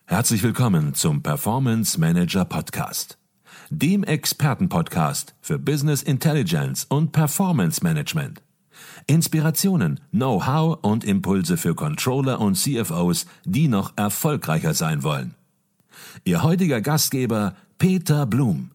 Herzlich willkommen zum Performance Manager Podcast, dem Expertenpodcast für Business Intelligence und Performance Management. Inspirationen, Know-how und Impulse für Controller und CFOs, die noch erfolgreicher sein wollen. Ihr heutiger Gastgeber Peter Blum.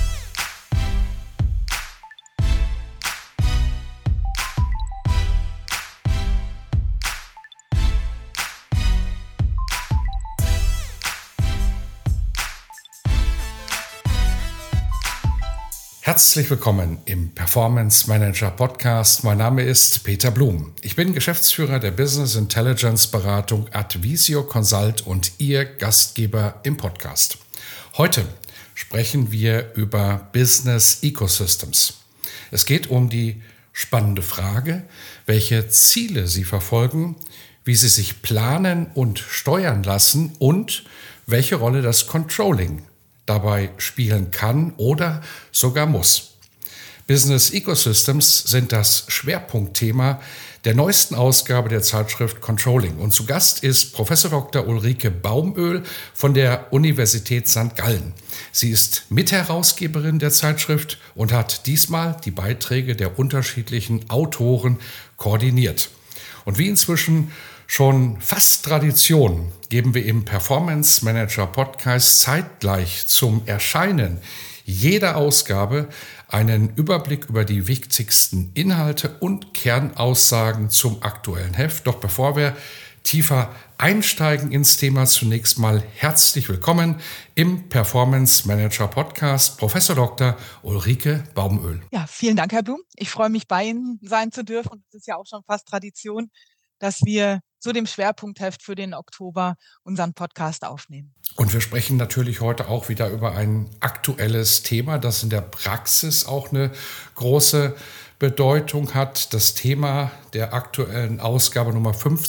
Herzlich willkommen im Performance Manager Podcast. Mein Name ist Peter Blum. Ich bin Geschäftsführer der Business Intelligence Beratung Advisio Consult und Ihr Gastgeber im Podcast. Heute sprechen wir über Business Ecosystems. Es geht um die spannende Frage, welche Ziele Sie verfolgen, wie Sie sich planen und steuern lassen und welche Rolle das Controlling dabei spielen kann oder sogar muss. Business Ecosystems sind das Schwerpunktthema der neuesten Ausgabe der Zeitschrift Controlling. Und zu Gast ist Prof. Dr. Ulrike Baumöl von der Universität St. Gallen. Sie ist Mitherausgeberin der Zeitschrift und hat diesmal die Beiträge der unterschiedlichen Autoren koordiniert. Und wie inzwischen schon fast Tradition geben wir im Performance Manager Podcast zeitgleich zum Erscheinen jeder Ausgabe einen Überblick über die wichtigsten Inhalte und Kernaussagen zum aktuellen Heft. Doch bevor wir tiefer einsteigen ins Thema, zunächst mal herzlich willkommen im Performance Manager Podcast, Prof. Dr. Ulrike Baumöl. Ja, vielen Dank, Herr Blum. Ich freue mich, bei Ihnen sein zu dürfen. Es ist ja auch schon fast Tradition, dass wir zu dem Schwerpunktheft für den Oktober unseren Podcast aufnehmen. Und wir sprechen natürlich heute auch wieder über ein aktuelles Thema, das in der Praxis auch eine große Bedeutung hat. Das Thema der aktuellen Ausgabe Nummer 5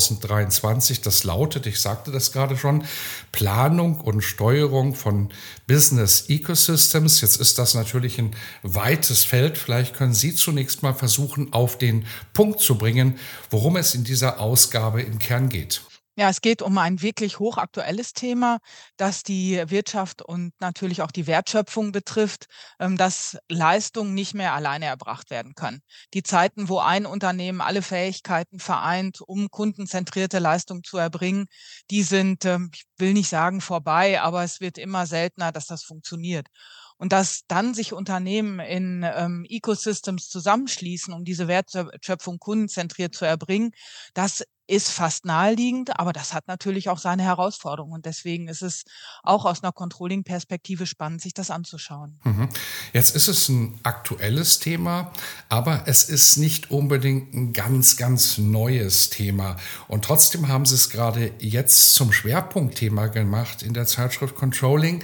2023, das lautet, ich sagte das gerade schon, Planung und Steuerung von Business Ecosystems. Jetzt ist das natürlich ein weites Feld. Vielleicht können Sie zunächst mal versuchen, auf den Punkt zu bringen, worum es in dieser Ausgabe im Kern geht. Ja, es geht um ein wirklich hochaktuelles Thema, das die Wirtschaft und natürlich auch die Wertschöpfung betrifft, dass Leistung nicht mehr alleine erbracht werden kann. Die Zeiten, wo ein Unternehmen alle Fähigkeiten vereint, um kundenzentrierte Leistung zu erbringen, die sind, ich will nicht sagen vorbei, aber es wird immer seltener, dass das funktioniert. Und dass dann sich Unternehmen in Ecosystems zusammenschließen, um diese Wertschöpfung kundenzentriert zu erbringen, das ist fast naheliegend, aber das hat natürlich auch seine Herausforderungen. Und deswegen ist es auch aus einer Controlling-Perspektive spannend, sich das anzuschauen. Jetzt ist es ein aktuelles Thema, aber es ist nicht unbedingt ein ganz neues Thema. Und trotzdem haben Sie es gerade jetzt zum Schwerpunktthema gemacht in der Zeitschrift Controlling.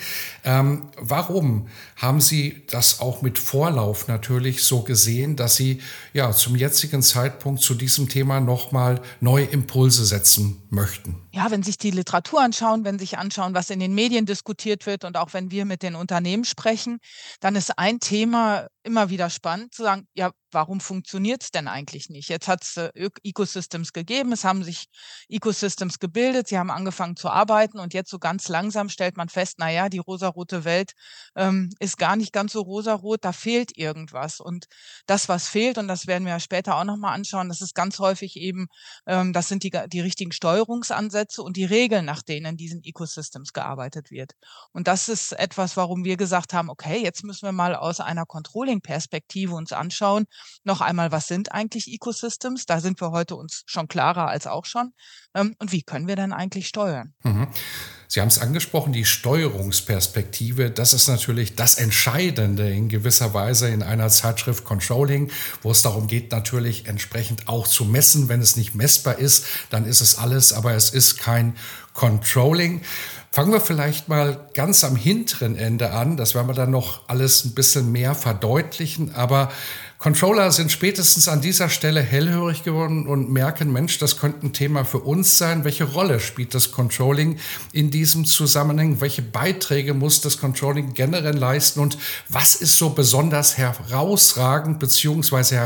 Warum haben Sie das auch mit Vorlauf natürlich so gesehen, dass Sie ja zum jetzigen Zeitpunkt zu diesem Thema nochmal neue Impulse setzen möchten? Ja, wenn sich die Literatur anschauen, wenn sich anschauen, was in den Medien diskutiert wird und auch wenn wir mit den Unternehmen sprechen, dann ist ein Thema immer wieder spannend zu sagen, ja, warum funktioniert es denn eigentlich nicht? Jetzt hat es Ecosystems gegeben, es haben sich Ecosystems gebildet, sie haben angefangen zu arbeiten und jetzt so ganz langsam stellt man fest, na ja, die rosarote Welt ist gar nicht ganz so rosarot, da fehlt irgendwas. Und das, was fehlt, und das werden wir später auch nochmal anschauen, das ist ganz häufig eben, das sind die richtigen Steuerungsansätze und die Regeln, nach denen in diesen Ecosystems gearbeitet wird. Und das ist etwas, warum wir gesagt haben, okay, jetzt müssen wir mal aus einer Controlling-Perspektive uns anschauen, noch einmal, was sind eigentlich Ecosystems? Da sind wir heute uns schon klarer als auch schon. Und wie können wir denn eigentlich steuern? Sie haben es angesprochen, die Steuerungsperspektive, das ist natürlich das Entscheidende in gewisser Weise in einer Zeitschrift Controlling, wo es darum geht, natürlich entsprechend auch zu messen. Wenn es nicht messbar ist, dann ist es alles, aber es ist kein Controlling. Fangen wir vielleicht mal ganz am hinteren Ende an. Das werden wir dann noch alles ein bisschen mehr verdeutlichen. Aber Controller sind spätestens an dieser Stelle hellhörig geworden und merken, Mensch, das könnte ein Thema für uns sein. Welche Rolle spielt das Controlling in diesem Zusammenhang? Welche Beiträge muss das Controlling generell leisten? Und was ist so besonders herausragend bzw.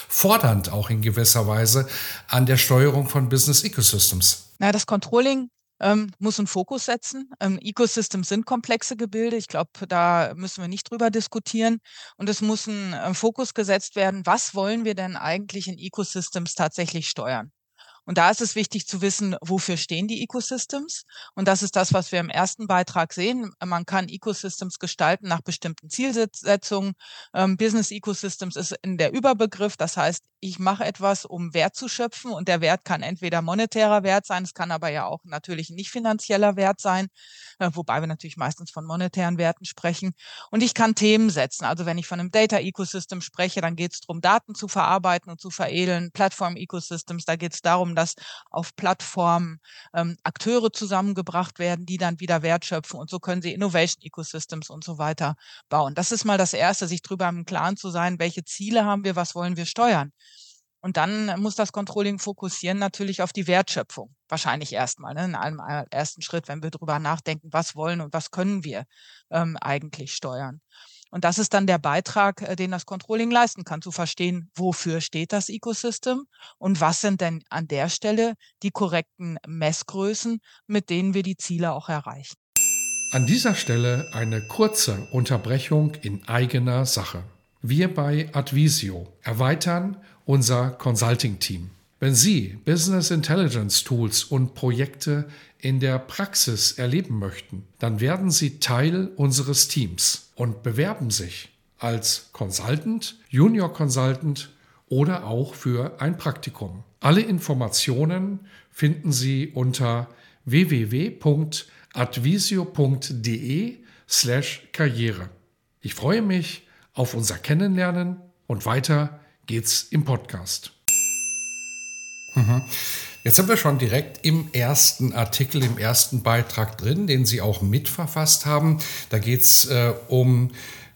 herausfordernd auch in gewisser Weise an der Steuerung von Business Ecosystems? Na, das Controlling muss einen Fokus setzen. Ecosystems sind komplexe Gebilde. Ich glaube, da müssen wir nicht drüber diskutieren. Und es muss ein Fokus gesetzt werden, was wollen wir denn eigentlich in Ecosystems tatsächlich steuern? Und da ist es wichtig zu wissen, wofür stehen die Ecosystems? Und das ist das, was wir im ersten Beitrag sehen. Man kann Ecosystems gestalten nach bestimmten Zielsetzungen. Business Ecosystems ist in der Überbegriff. Das heißt, ich mache etwas, um Wert zu schöpfen. Und der Wert kann entweder monetärer Wert sein, es kann aber ja auch natürlich nicht finanzieller Wert sein, wobei wir natürlich meistens von monetären Werten sprechen. Und ich kann Themen setzen. Also wenn ich von einem Data Ecosystem spreche, dann geht es darum, Daten zu verarbeiten und zu veredeln. Plattform Ecosystems, da geht es darum, dass auf Plattformen Akteure zusammengebracht werden, die dann wieder Wert schöpfen. Und so können sie Innovation Ecosystems und so weiter bauen. Das ist mal das Erste, sich darüber im Klaren zu sein, welche Ziele haben wir, was wollen wir steuern. Und dann muss das Controlling fokussieren natürlich auf die Wertschöpfung. Wahrscheinlich erstmal, ne, in einem ersten Schritt, wenn wir drüber nachdenken, was wollen und was können wir eigentlich steuern. Und das ist dann der Beitrag, den das Controlling leisten kann, zu verstehen, wofür steht das Ecosystem und was sind denn an der Stelle die korrekten Messgrößen, mit denen wir die Ziele auch erreichen. An dieser Stelle eine kurze Unterbrechung in eigener Sache. Wir bei Advisio erweitern unser Consulting-Team. Wenn Sie Business Intelligence Tools und Projekte in der Praxis erleben möchten, dann werden Sie Teil unseres Teams und bewerben sich als Consultant, Junior Consultant oder auch für ein Praktikum. Alle Informationen finden Sie unter www.advisio.de/Karriere. Ich freue mich auf unser Kennenlernen und weiter geht's im Podcast. Jetzt sind wir schon direkt im ersten Artikel, im ersten Beitrag drin, den Sie auch mitverfasst haben. Da geht es um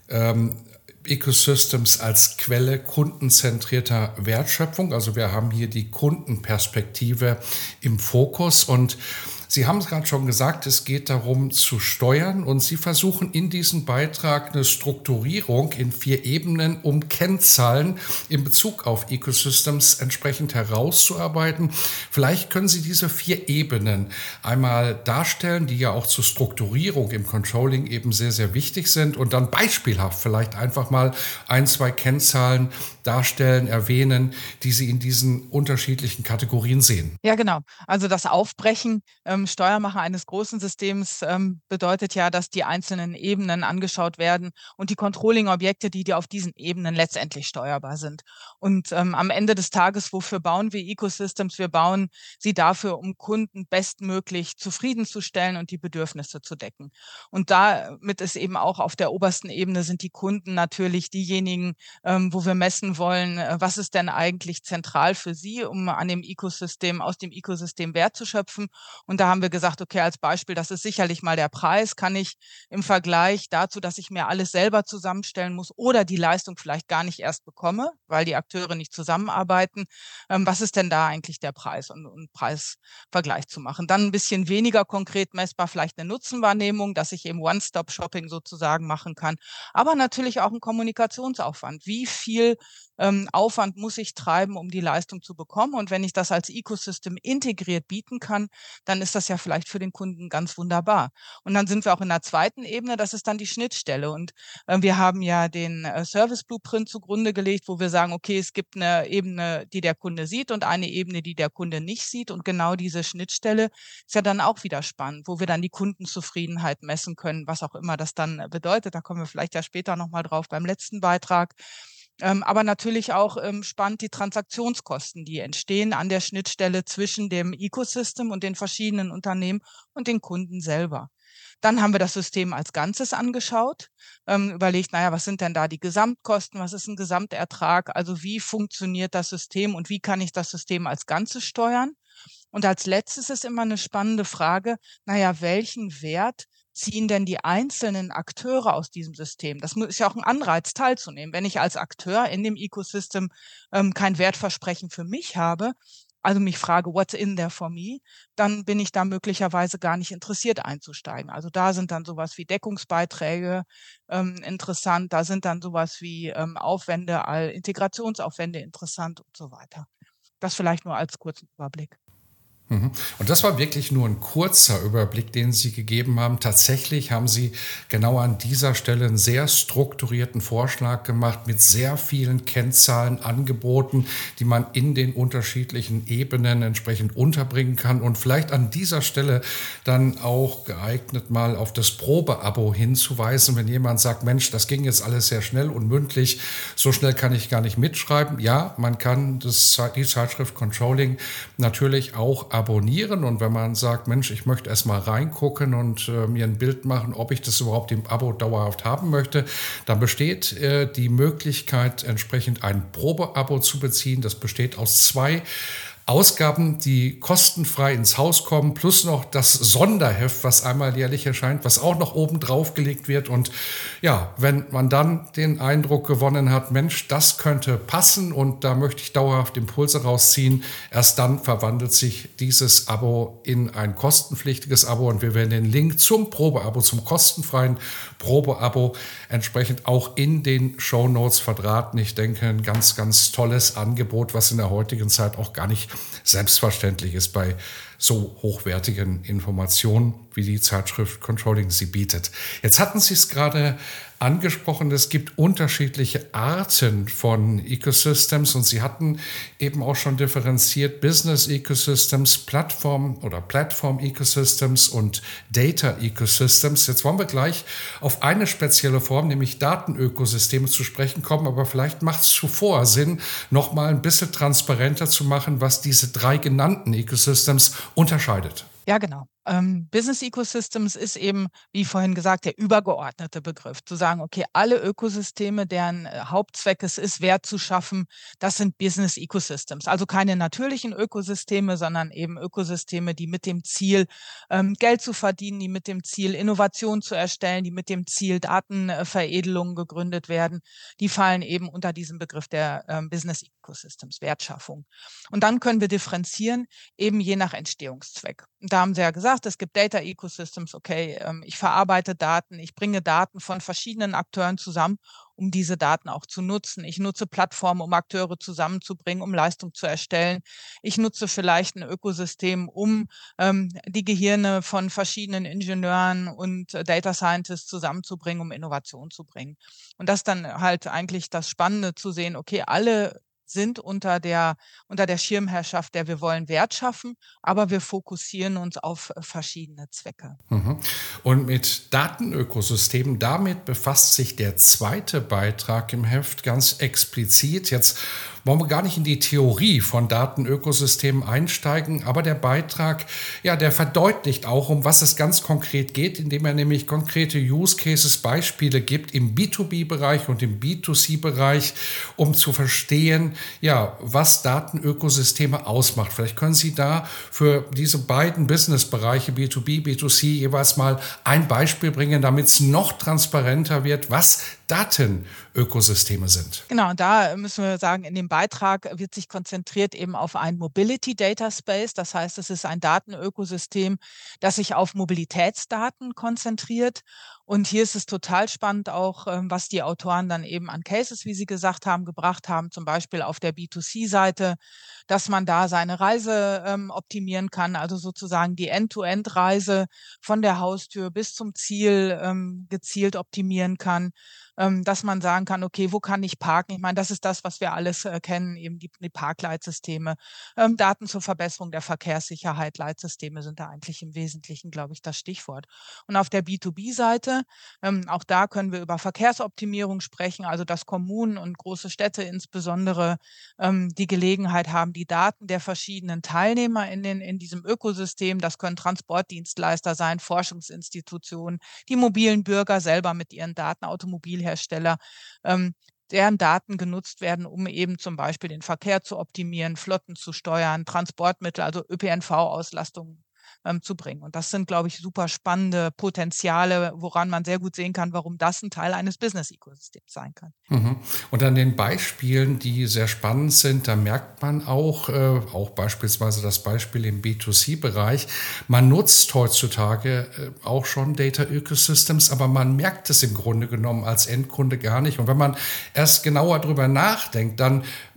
Ecosystems als Quelle kundenzentrierter Wertschöpfung. Also wir haben hier die Kundenperspektive im Fokus und Sie haben es gerade schon gesagt, es geht darum zu steuern und Sie versuchen in diesem Beitrag eine Strukturierung in 4 Ebenen, um Kennzahlen in Bezug auf Ecosystems entsprechend herauszuarbeiten. Vielleicht können Sie diese 4 Ebenen einmal darstellen, die ja auch zur Strukturierung im Controlling eben sehr, sehr wichtig sind und dann beispielhaft vielleicht einfach mal 1, 2 Kennzahlen darstellen, erwähnen, die Sie in diesen unterschiedlichen Kategorien sehen. Ja, genau. Also das Aufbrechen, Steuermachen eines großen Systems bedeutet ja, dass die einzelnen Ebenen angeschaut werden und die Controlling-Objekte, die auf diesen Ebenen letztendlich steuerbar sind. Und am Ende des Tages, wofür bauen wir Ecosystems? Wir bauen sie dafür, um Kunden bestmöglich zufriedenzustellen und die Bedürfnisse zu decken. Und damit ist eben auch auf der obersten Ebene sind die Kunden natürlich diejenigen, wo wir messen wollen, was ist denn eigentlich zentral für sie, um aus dem Ökosystem Wert zu schöpfen. Und da haben wir gesagt, okay, als Beispiel, das ist sicherlich mal der Preis, kann ich im Vergleich dazu, dass ich mir alles selber zusammenstellen muss oder die Leistung vielleicht gar nicht erst bekomme, weil die Akteure nicht zusammenarbeiten, was ist denn da eigentlich der Preis und Preisvergleich zu machen. Dann ein bisschen weniger konkret messbar, vielleicht eine Nutzenwahrnehmung, dass ich eben One-Stop-Shopping sozusagen machen kann, aber natürlich auch ein Kommunikationsaufwand. Wie viel Aufwand muss ich treiben, um die Leistung zu bekommen? Und wenn ich das als Ecosystem integriert bieten kann, dann ist das ja vielleicht für den Kunden ganz wunderbar. Und dann sind wir auch in der zweiten Ebene, das ist dann die Schnittstelle. Und wir haben ja den Service Blueprint zugrunde gelegt, wo wir sagen, okay, es gibt eine Ebene, die der Kunde sieht und eine Ebene, die der Kunde nicht sieht. Und genau diese Schnittstelle ist ja dann auch wieder spannend, wo wir dann die Kundenzufriedenheit messen können, was auch immer das dann bedeutet. Da kommen wir vielleicht ja später nochmal drauf beim letzten Beitrag. Aber natürlich auch spannend die Transaktionskosten, die entstehen an der Schnittstelle zwischen dem Ecosystem und den verschiedenen Unternehmen und den Kunden selber. Dann haben wir das System als Ganzes angeschaut, überlegt, naja, was sind denn da die Gesamtkosten, was ist ein Gesamtertrag, also wie funktioniert das System und wie kann ich das System als Ganzes steuern? Und als Letztes ist immer eine spannende Frage, naja, welchen Wert ziehen denn die einzelnen Akteure aus diesem System? Das ist ja auch ein Anreiz, teilzunehmen. Wenn ich als Akteur in dem Ecosystem kein Wertversprechen für mich habe, also mich frage, what's in there for me, dann bin ich da möglicherweise gar nicht interessiert einzusteigen. Also da sind dann sowas wie Deckungsbeiträge interessant, da sind dann sowas wie Integrationsaufwände interessant und so weiter. Das vielleicht nur als kurzen Überblick. Und das war wirklich nur ein kurzer Überblick, den Sie gegeben haben. Tatsächlich haben Sie genau an dieser Stelle einen sehr strukturierten Vorschlag gemacht mit sehr vielen Kennzahlen, Angeboten, die man in den unterschiedlichen Ebenen entsprechend unterbringen kann und vielleicht an dieser Stelle dann auch geeignet mal auf das Probeabo hinzuweisen, wenn jemand sagt, Mensch, das ging jetzt alles sehr schnell und mündlich, so schnell kann ich gar nicht mitschreiben. Ja, man kann die Zeitschrift Controlling natürlich auch abonnieren, und wenn man sagt, Mensch, ich möchte erst mal reingucken und mir ein Bild machen, ob ich das überhaupt im Abo dauerhaft haben möchte, dann besteht die Möglichkeit, entsprechend ein Probeabo zu beziehen. Das besteht aus 2 Ausgaben, die kostenfrei ins Haus kommen, plus noch das Sonderheft, was einmal jährlich erscheint, was auch noch oben drauf gelegt wird. Und ja, wenn man dann den Eindruck gewonnen hat, Mensch, das könnte passen und da möchte ich dauerhaft Impulse rausziehen, erst dann verwandelt sich dieses Abo in ein kostenpflichtiges Abo, und wir werden den Link zum Probeabo, zum kostenfreien Probeabo entsprechend auch in den Shownotes verdrahten. Ich denke, ein ganz, ganz tolles Angebot, was in der heutigen Zeit auch gar nicht selbstverständlich ist bei so hochwertigen Informationen, wie die Zeitschrift Controlling sie bietet. Jetzt hatten Sie es gerade angesprochen, es gibt unterschiedliche Arten von Ecosystems, und Sie hatten eben auch schon differenziert Business Ecosystems, Plattform Ecosystems und Data Ecosystems. Jetzt wollen wir gleich auf eine spezielle Form, nämlich Datenökosysteme, zu sprechen kommen, aber vielleicht macht es zuvor Sinn, noch mal ein bisschen transparenter zu machen, was diese 3 genannten Ecosystems unterscheidet. Ja, genau. Business Ecosystems ist eben, wie vorhin gesagt, der übergeordnete Begriff. Zu sagen, okay, alle Ökosysteme, deren Hauptzweck es ist, Wert zu schaffen, das sind Business Ecosystems. Also keine natürlichen Ökosysteme, sondern eben Ökosysteme, die mit dem Ziel, Geld zu verdienen, die mit dem Ziel, Innovation zu erstellen, die mit dem Ziel, Datenveredelung gegründet werden. Die fallen eben unter diesen Begriff der Business Ecosystems, Wertschaffung. Und dann können wir differenzieren, eben je nach Entstehungszweck. Und da haben Sie ja gesagt, es gibt Data Ecosystems, okay, ich verarbeite Daten, ich bringe Daten von verschiedenen Akteuren zusammen, um diese Daten auch zu nutzen. Ich nutze Plattformen, um Akteure zusammenzubringen, um Leistung zu erstellen. Ich nutze vielleicht ein Ökosystem, um die Gehirne von verschiedenen Ingenieuren und Data Scientists zusammenzubringen, um Innovation zu bringen. Und das dann halt eigentlich das Spannende zu sehen, okay, alle sind unter der Schirmherrschaft, der wir wollen Wert schaffen, aber wir fokussieren uns auf verschiedene Zwecke. Und mit Datenökosystemen, damit befasst sich der 2. Beitrag im Heft ganz explizit. Jetzt wollen wir gar nicht in die Theorie von Datenökosystemen einsteigen, aber der Beitrag, ja, der verdeutlicht auch, um was es ganz konkret geht, indem er nämlich konkrete Use Cases, Beispiele gibt im B2B-Bereich und im B2C-Bereich, um zu verstehen, ja, was Datenökosysteme ausmacht. Vielleicht können Sie da für diese beiden Business-Bereiche B2B, B2C jeweils mal ein Beispiel bringen, damit es noch transparenter wird, was Datenökosysteme sind. Genau, und da müssen wir sagen, in dem Beitrag wird sich konzentriert eben auf ein Mobility Data Space. Das heißt, es ist ein Datenökosystem, das sich auf Mobilitätsdaten konzentriert. Und hier ist es total spannend auch, was die Autoren dann eben an Cases, wie Sie gesagt haben, gebracht haben, zum Beispiel auf der B2C-Seite, dass man da seine Reise optimieren kann, also sozusagen die End-to-End-Reise von der Haustür bis zum Ziel gezielt optimieren kann. Dass man sagen kann, okay, wo kann ich parken? Ich meine, das ist das, was wir alles kennen, eben die Parkleitsysteme, Daten zur Verbesserung der Verkehrssicherheit, Leitsysteme sind da eigentlich im Wesentlichen, glaube ich, das Stichwort. Und auf der B2B-Seite, auch da können wir über Verkehrsoptimierung sprechen, also dass Kommunen und große Städte insbesondere die Gelegenheit haben, die Daten der verschiedenen Teilnehmer in diesem Ökosystem, das können Transportdienstleister sein, Forschungsinstitutionen, die mobilen Bürger selber mit ihren Daten, Automobilhersteller, deren Daten genutzt werden, um eben zum Beispiel den Verkehr zu optimieren, Flotten zu steuern, Transportmittel, also ÖPNV-Auslastung zu bringen. Und das sind, glaube ich, super spannende Potenziale, woran man sehr gut sehen kann, warum das ein Teil eines Business-Ecosystems sein kann. Und an den Beispielen, die sehr spannend sind, da merkt man auch beispielsweise das Beispiel im B2C-Bereich, man nutzt heutzutage auch schon Data Ecosystems, aber man merkt es im Grunde genommen als Endkunde gar nicht. Und wenn man erst genauer drüber nachdenkt, dann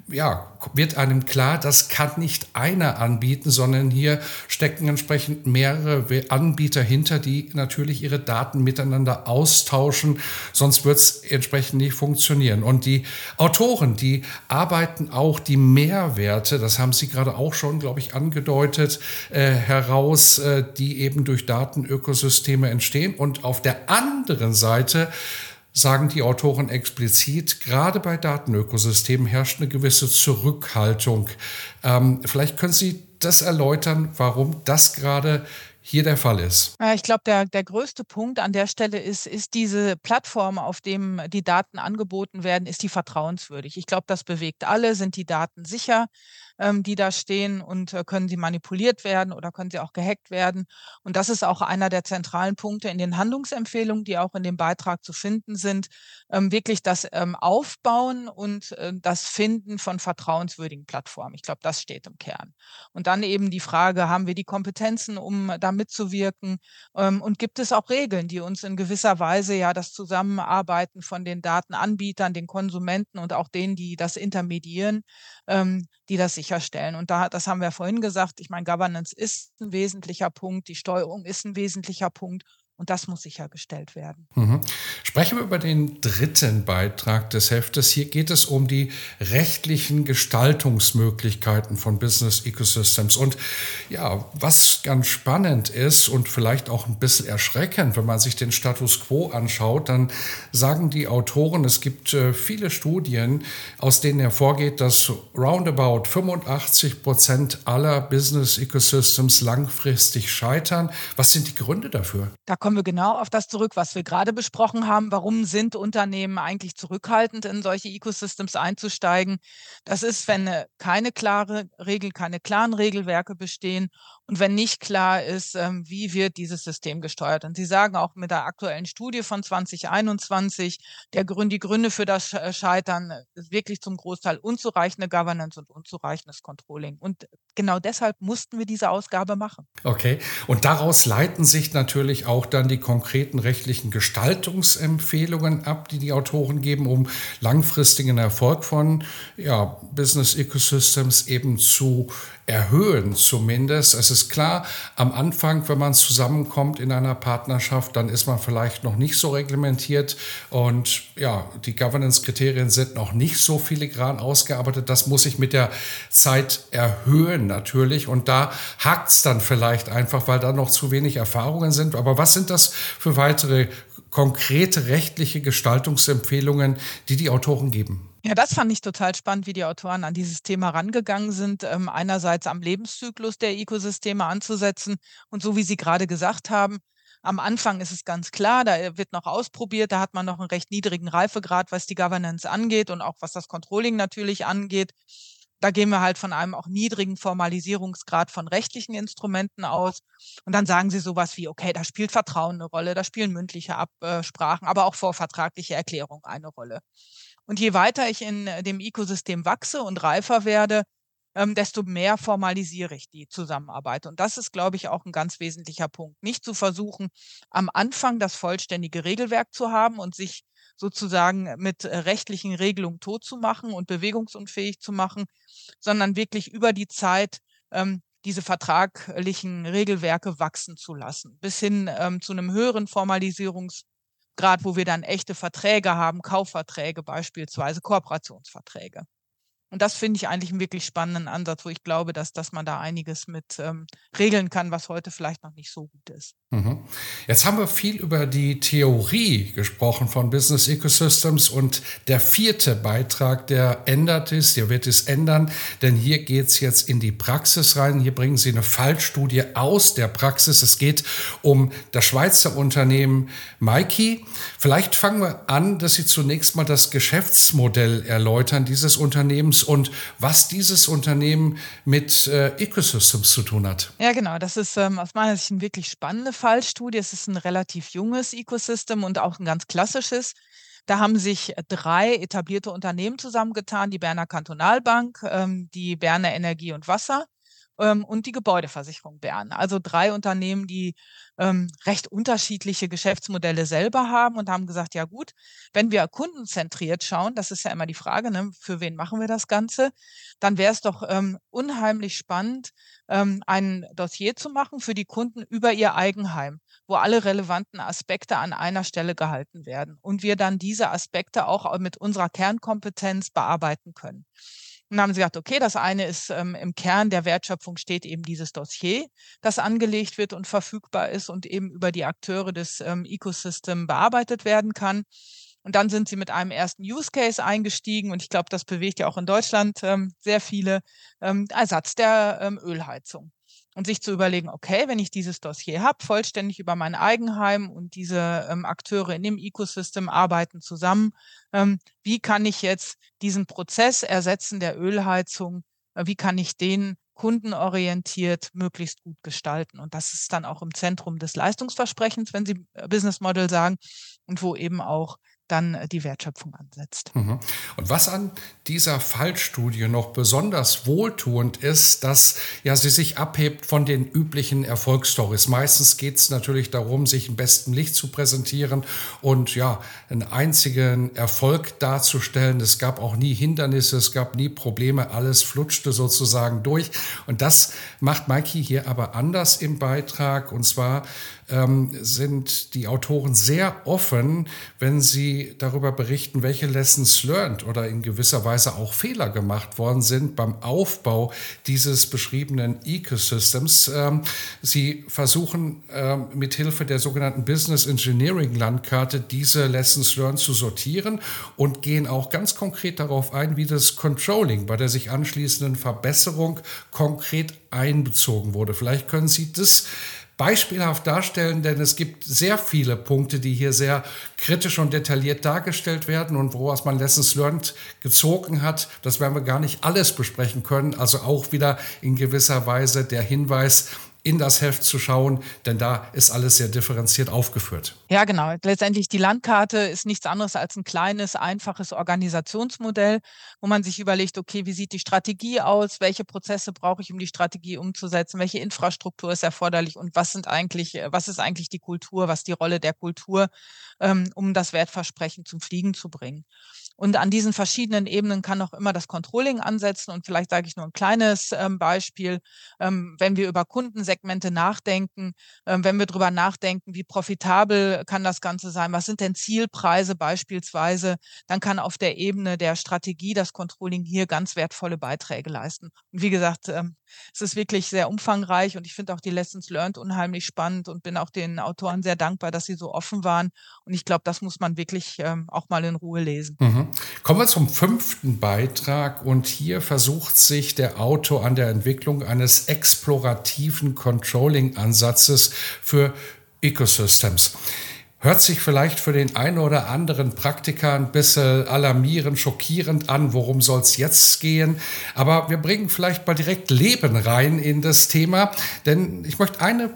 wird einem klar, das kann nicht einer anbieten, sondern hier stecken entsprechend mehrere Anbieter hinter, die natürlich ihre Daten miteinander austauschen, sonst wird es entsprechend nicht funktionieren. Und die Autoren, die arbeiten auch die Mehrwerte, das haben Sie gerade auch schon, glaube ich, angedeutet, heraus, die eben durch Datenökosysteme entstehen. Und auf der anderen Seite sagen die Autoren explizit, gerade bei Datenökosystemen herrscht eine gewisse Zurückhaltung. Vielleicht können Sie das erläutern, warum das gerade hier der Fall ist. Ja, ich glaube, der größte Punkt an der Stelle ist diese Plattform, auf dem die Daten angeboten werden, ist die vertrauenswürdig? Ich glaube, das bewegt alle. Sind die Daten sicher, die da stehen und, können sie manipuliert werden oder können sie auch gehackt werden? Und das ist auch einer der zentralen Punkte in den Handlungsempfehlungen, die auch in dem Beitrag zu finden sind, wirklich das, Aufbauen und, das Finden von vertrauenswürdigen Plattformen. Ich glaube, das steht im Kern. Und dann eben die Frage: Haben wir die Kompetenzen, um da mitzuwirken? Und gibt es auch Regeln, die uns in gewisser Weise ja das Zusammenarbeiten von den Datenanbietern, den Konsumenten und auch denen, die das intermediieren, die das sicherstellen? Und das haben wir vorhin gesagt, ich meine, Governance ist ein wesentlicher Punkt, die Steuerung ist ein wesentlicher Punkt und das muss sichergestellt werden. Mhm. Sprechen wir über den dritten Beitrag des Heftes. Hier geht es um die rechtlichen Gestaltungsmöglichkeiten von Business Ecosystems. Und ja, was ganz spannend ist und vielleicht auch ein bisschen erschreckend, wenn man sich den Status quo anschaut, dann sagen die Autoren, es gibt viele Studien, aus denen hervorgeht, dass roundabout 85% aller Business Ecosystems langfristig scheitern. Was sind die Gründe dafür? Da kommen wir genau auf das zurück, was wir gerade besprochen haben. Warum sind Unternehmen eigentlich zurückhaltend, in solche Ecosystems einzusteigen? Das ist, wenn keine klare Regel, keine klaren Regelwerke bestehen und wenn nicht klar ist, wie wird dieses System gesteuert. Und Sie sagen auch mit der aktuellen Studie von 2021, die Gründe für das Scheitern ist wirklich zum Großteil unzureichende Governance und unzureichendes Controlling. Und genau deshalb mussten wir diese Ausgabe machen. Okay, und daraus leiten sich natürlich auch dann die konkreten rechtlichen Gestaltungsempfehlungen ab, die die Autoren geben, um langfristigen Erfolg von Business Ecosystems eben zu erhöhen zumindest. Es ist klar, am Anfang, wenn man zusammenkommt in einer Partnerschaft, dann ist man vielleicht noch nicht so reglementiert und die Governance-Kriterien sind noch nicht so filigran ausgearbeitet. Das muss sich mit der Zeit erhöhen natürlich und da hakt es dann vielleicht einfach, weil da noch zu wenig Erfahrungen sind. Aber was sind das für weitere konkrete rechtliche Gestaltungsempfehlungen, die die Autoren geben? Ja, das fand ich total spannend, wie die Autoren an dieses Thema rangegangen sind, einerseits am Lebenszyklus der Ökosysteme anzusetzen und so wie Sie gerade gesagt haben, am Anfang ist es ganz klar, da wird noch ausprobiert, da hat man noch einen recht niedrigen Reifegrad, was die Governance angeht und auch was das Controlling natürlich angeht. Da gehen wir halt von einem auch niedrigen Formalisierungsgrad von rechtlichen Instrumenten aus. Und dann sagen sie sowas wie: „Okay, da spielt Vertrauen eine Rolle, da spielen mündliche Absprachen, aber auch vorvertragliche Erklärungen eine Rolle.“ Und je weiter ich in dem Ökosystem wachse und reifer werde, desto mehr formalisiere ich die Zusammenarbeit. Und das ist, glaube ich, auch ein ganz wesentlicher Punkt. Nicht zu versuchen, am Anfang das vollständige Regelwerk zu haben und sich sozusagen mit rechtlichen Regelungen totzumachen und bewegungsunfähig zu machen, sondern wirklich über die Zeit, diese vertraglichen Regelwerke wachsen zu lassen, bis hin, zu einem höheren Formalisierungsgrad, wo wir dann echte Verträge haben, Kaufverträge beispielsweise, Kooperationsverträge. Und das finde ich eigentlich 'n wirklich spannenden Ansatz, wo ich glaube, dass man da einiges mit, regeln kann, was heute vielleicht noch nicht so gut ist. Mhm. Jetzt haben wir viel über die Theorie gesprochen von Business Ecosystems und der vierte Beitrag, der ändert es, der wird es ändern, denn hier geht es jetzt in die Praxis rein. Hier bringen Sie eine Fallstudie aus der Praxis. Es geht um das Schweizer Unternehmen Maiki. Vielleicht fangen wir an, dass Sie zunächst mal das Geschäftsmodell erläutern dieses Unternehmens und was dieses Unternehmen mit Ecosystems zu tun hat. Ja, genau, das ist, aus meiner Sicht 'ne wirklich spannende Fallstudie. Es ist ein relativ junges Ecosystem und auch ein ganz klassisches. Da haben sich 3 etablierte Unternehmen zusammengetan, die Berner Kantonalbank, die Berner Energie und Wasser und die Gebäudeversicherung Bern. Also 3 Unternehmen, die recht unterschiedliche Geschäftsmodelle selber haben und haben gesagt, ja gut, wenn wir kundenzentriert schauen, das ist ja immer die Frage, ne, für wen machen wir das Ganze, dann wäre es doch unheimlich spannend, ein Dossier zu machen für die Kunden über ihr Eigenheim, wo alle relevanten Aspekte an einer Stelle gehalten werden und wir dann diese Aspekte auch mit unserer Kernkompetenz bearbeiten können. Und dann haben sie gesagt, okay, das eine ist im Kern der Wertschöpfung steht eben dieses Dossier, das angelegt wird und verfügbar ist und eben über die Akteure des Ecosystem bearbeitet werden kann. Und dann sind sie mit einem ersten Use Case eingestiegen und ich glaube, das bewegt ja auch in Deutschland sehr viele, Ersatz der Ölheizung. Und sich zu überlegen, okay, wenn ich dieses Dossier habe, vollständig über mein Eigenheim und diese Akteure in dem Ecosystem arbeiten zusammen, wie kann ich jetzt diesen Prozess ersetzen der Ölheizung, wie kann ich den kundenorientiert möglichst gut gestalten? Und das ist dann auch im Zentrum des Leistungsversprechens, wenn Sie Business Model sagen und wo eben auch dann die Wertschöpfung ansetzt. Mhm. Und was an dieser Fallstudie noch besonders wohltuend ist, dass ja sie sich abhebt von den üblichen Erfolgsstories. Meistens geht es natürlich darum, sich im besten Licht zu präsentieren und ja, einen einzigen Erfolg darzustellen. Es gab auch nie Hindernisse, es gab nie Probleme, alles flutschte sozusagen durch. Und das macht Maiki hier aber anders im Beitrag. Und zwar sind die Autoren sehr offen, wenn sie darüber berichten, welche Lessons learned oder in gewisser Weise auch Fehler gemacht worden sind beim Aufbau dieses beschriebenen Ecosystems. Sie versuchen mithilfe der sogenannten Business Engineering Landkarte diese Lessons learned zu sortieren und gehen auch ganz konkret darauf ein, wie das Controlling bei der sich anschließenden Verbesserung konkret einbezogen wurde. Vielleicht können Sie das beispielhaft darstellen, denn es gibt sehr viele Punkte, die hier sehr kritisch und detailliert dargestellt werden und woraus man Lessons learned gezogen hat. Das werden wir gar nicht alles besprechen können. Also auch wieder in gewisser Weise der Hinweis, in das Heft zu schauen, denn da ist alles sehr differenziert aufgeführt. Ja, genau. Letztendlich die Landkarte ist nichts anderes als ein kleines, einfaches Organisationsmodell, wo man sich überlegt, okay, wie sieht die Strategie aus? Welche Prozesse brauche ich, um die Strategie umzusetzen? Welche Infrastruktur ist erforderlich? Und was ist eigentlich die Kultur? Was ist die Rolle der Kultur, um das Wertversprechen zum Fliegen zu bringen? Und an diesen verschiedenen Ebenen kann auch immer das Controlling ansetzen. Und vielleicht sage ich nur ein kleines Beispiel. Wenn wir über Kundensegmente nachdenken, wenn wir drüber nachdenken, wie profitabel kann das Ganze sein, was sind denn Zielpreise beispielsweise, dann kann auf der Ebene der Strategie das Controlling hier ganz wertvolle Beiträge leisten. Und wie gesagt, es ist wirklich sehr umfangreich und ich finde auch die Lessons learned unheimlich spannend und bin auch den Autoren sehr dankbar, dass sie so offen waren. Und ich glaube, das muss man wirklich auch mal in Ruhe lesen. Mhm. Kommen wir zum 5. Beitrag und hier versucht sich der Autor an der Entwicklung eines explorativen Controlling-Ansatzes für Ecosystems. Hört sich vielleicht für den einen oder anderen Praktiker ein bisschen alarmierend, schockierend an. Worum soll es jetzt gehen? Aber wir bringen vielleicht mal direkt Leben rein in das Thema. Denn ich möchte eine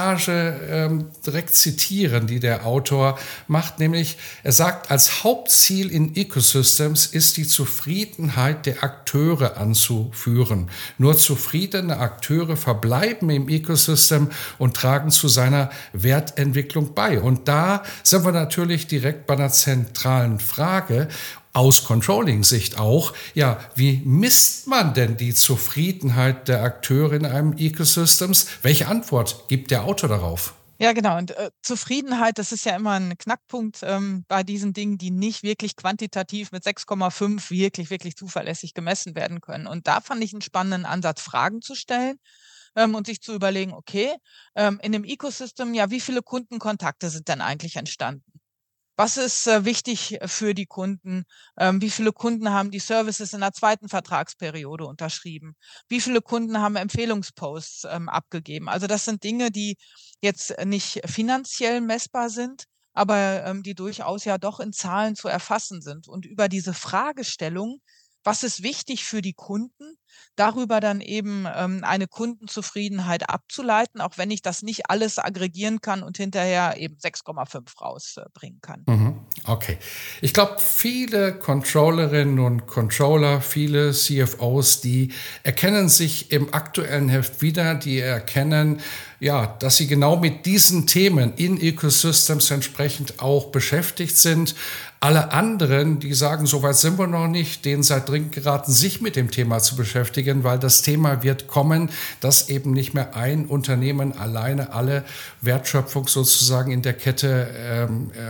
Passage direkt zitieren, die der Autor macht. Nämlich, er sagt, als Hauptziel in Ecosystems ist die Zufriedenheit der Akteure anzuführen. Nur zufriedene Akteure verbleiben im Ecosystem und tragen zu seiner Wertentwicklung bei. Und da sind wir natürlich direkt bei einer zentralen Frage aus Controlling-Sicht auch. Ja, wie misst man denn die Zufriedenheit der Akteure in einem Ecosystems? Welche Antwort gibt der Autor darauf? Ja, genau. Und Zufriedenheit, das ist ja immer ein Knackpunkt bei diesen Dingen, die nicht wirklich quantitativ mit 6,5 wirklich zuverlässig gemessen werden können. Und da fand ich einen spannenden Ansatz, Fragen zu stellen und sich zu überlegen, okay, in dem Ecosystem, ja, wie viele Kundenkontakte sind denn eigentlich entstanden? Was ist wichtig für die Kunden? Wie viele Kunden haben die Services in der zweiten Vertragsperiode unterschrieben? Wie viele Kunden haben Empfehlungsposts abgegeben? Also das sind Dinge, die jetzt nicht finanziell messbar sind, aber die durchaus ja doch in Zahlen zu erfassen sind. Und über diese Fragestellung, was ist wichtig für die Kunden, darüber dann eben eine Kundenzufriedenheit abzuleiten, auch wenn ich das nicht alles aggregieren kann und hinterher eben 6,5 rausbringen kann. Mhm. Okay. Ich glaube, viele Controllerinnen und Controller, viele CFOs, die erkennen sich im aktuellen Heft wieder, die erkennen, ja, dass sie genau mit diesen Themen in Ecosystems entsprechend auch beschäftigt sind. Alle anderen, die sagen, so weit sind wir noch nicht, denen sei dringend geraten, sich mit dem Thema zu beschäftigen, weil das Thema wird kommen, dass eben nicht mehr ein Unternehmen alleine alle Wertschöpfung sozusagen in der Kette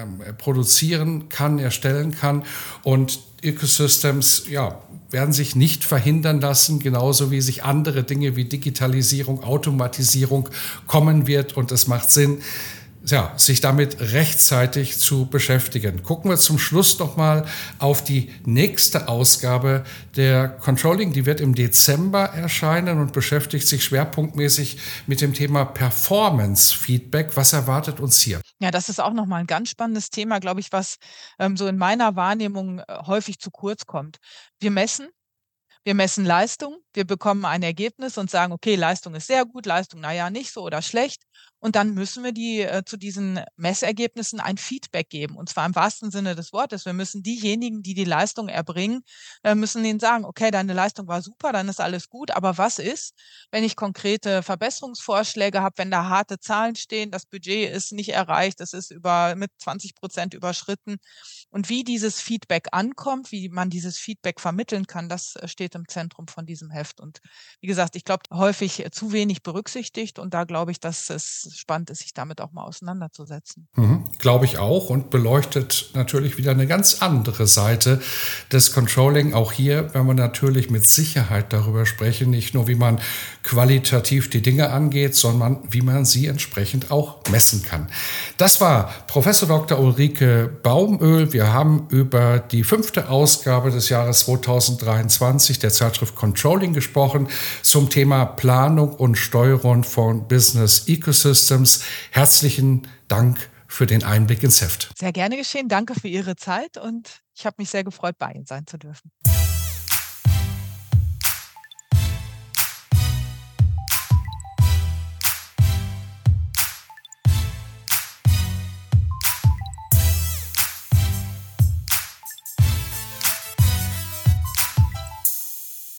produzieren kann, erstellen kann. Und Ecosystems, ja, werden sich nicht verhindern lassen, genauso wie sich andere Dinge wie Digitalisierung, Automatisierung kommen wird. Und es macht Sinn, ja, sich damit rechtzeitig zu beschäftigen. Gucken wir zum Schluss noch mal auf die nächste Ausgabe der Controlling. Die wird im Dezember erscheinen und beschäftigt sich schwerpunktmäßig mit dem Thema Performance Feedback. Was erwartet uns hier? Ja, das ist auch noch mal 'n ganz spannendes Thema, glaube ich, was, so in meiner Wahrnehmung, häufig zu kurz kommt. Wir messen Wir messen Leistung, wir bekommen ein Ergebnis und sagen: „Okay, Leistung ist sehr gut, Leistung, na ja, nicht so oder schlecht.“ Und dann müssen wir zu diesen Messergebnissen ein Feedback geben, und zwar im wahrsten Sinne des Wortes. Wir müssen diejenigen, die die Leistung erbringen, müssen denen sagen: „Okay, deine Leistung war super, dann ist alles gut, aber was ist, wenn ich konkrete Verbesserungsvorschläge habe, wenn da harte Zahlen stehen, das Budget ist nicht erreicht, es ist mit 20% überschritten?“ Und wie dieses Feedback ankommt, wie man dieses Feedback vermitteln kann, das steht im Zentrum von diesem Heft. Und wie gesagt, ich glaube, häufig zu wenig berücksichtigt, und da glaube ich, dass es spannend ist, sich damit auch mal auseinanderzusetzen. Glaube ich auch, und beleuchtet natürlich wieder eine ganz andere Seite des Controlling. Auch hier werden wir natürlich mit Sicherheit darüber sprechen, nicht nur wie man qualitativ die Dinge angeht, sondern wie man sie entsprechend auch messen kann. Das war Professor Dr. Ulrike Baumöl. Wir haben über die 5. Ausgabe des Jahres 2023 der Zeitschrift Controlling gesprochen zum Thema Planung und Steuerung von Business Ecosystems. Herzlichen Dank für den Einblick ins Heft. Sehr gerne geschehen. Danke für Ihre Zeit, und ich habe mich sehr gefreut, bei Ihnen sein zu dürfen.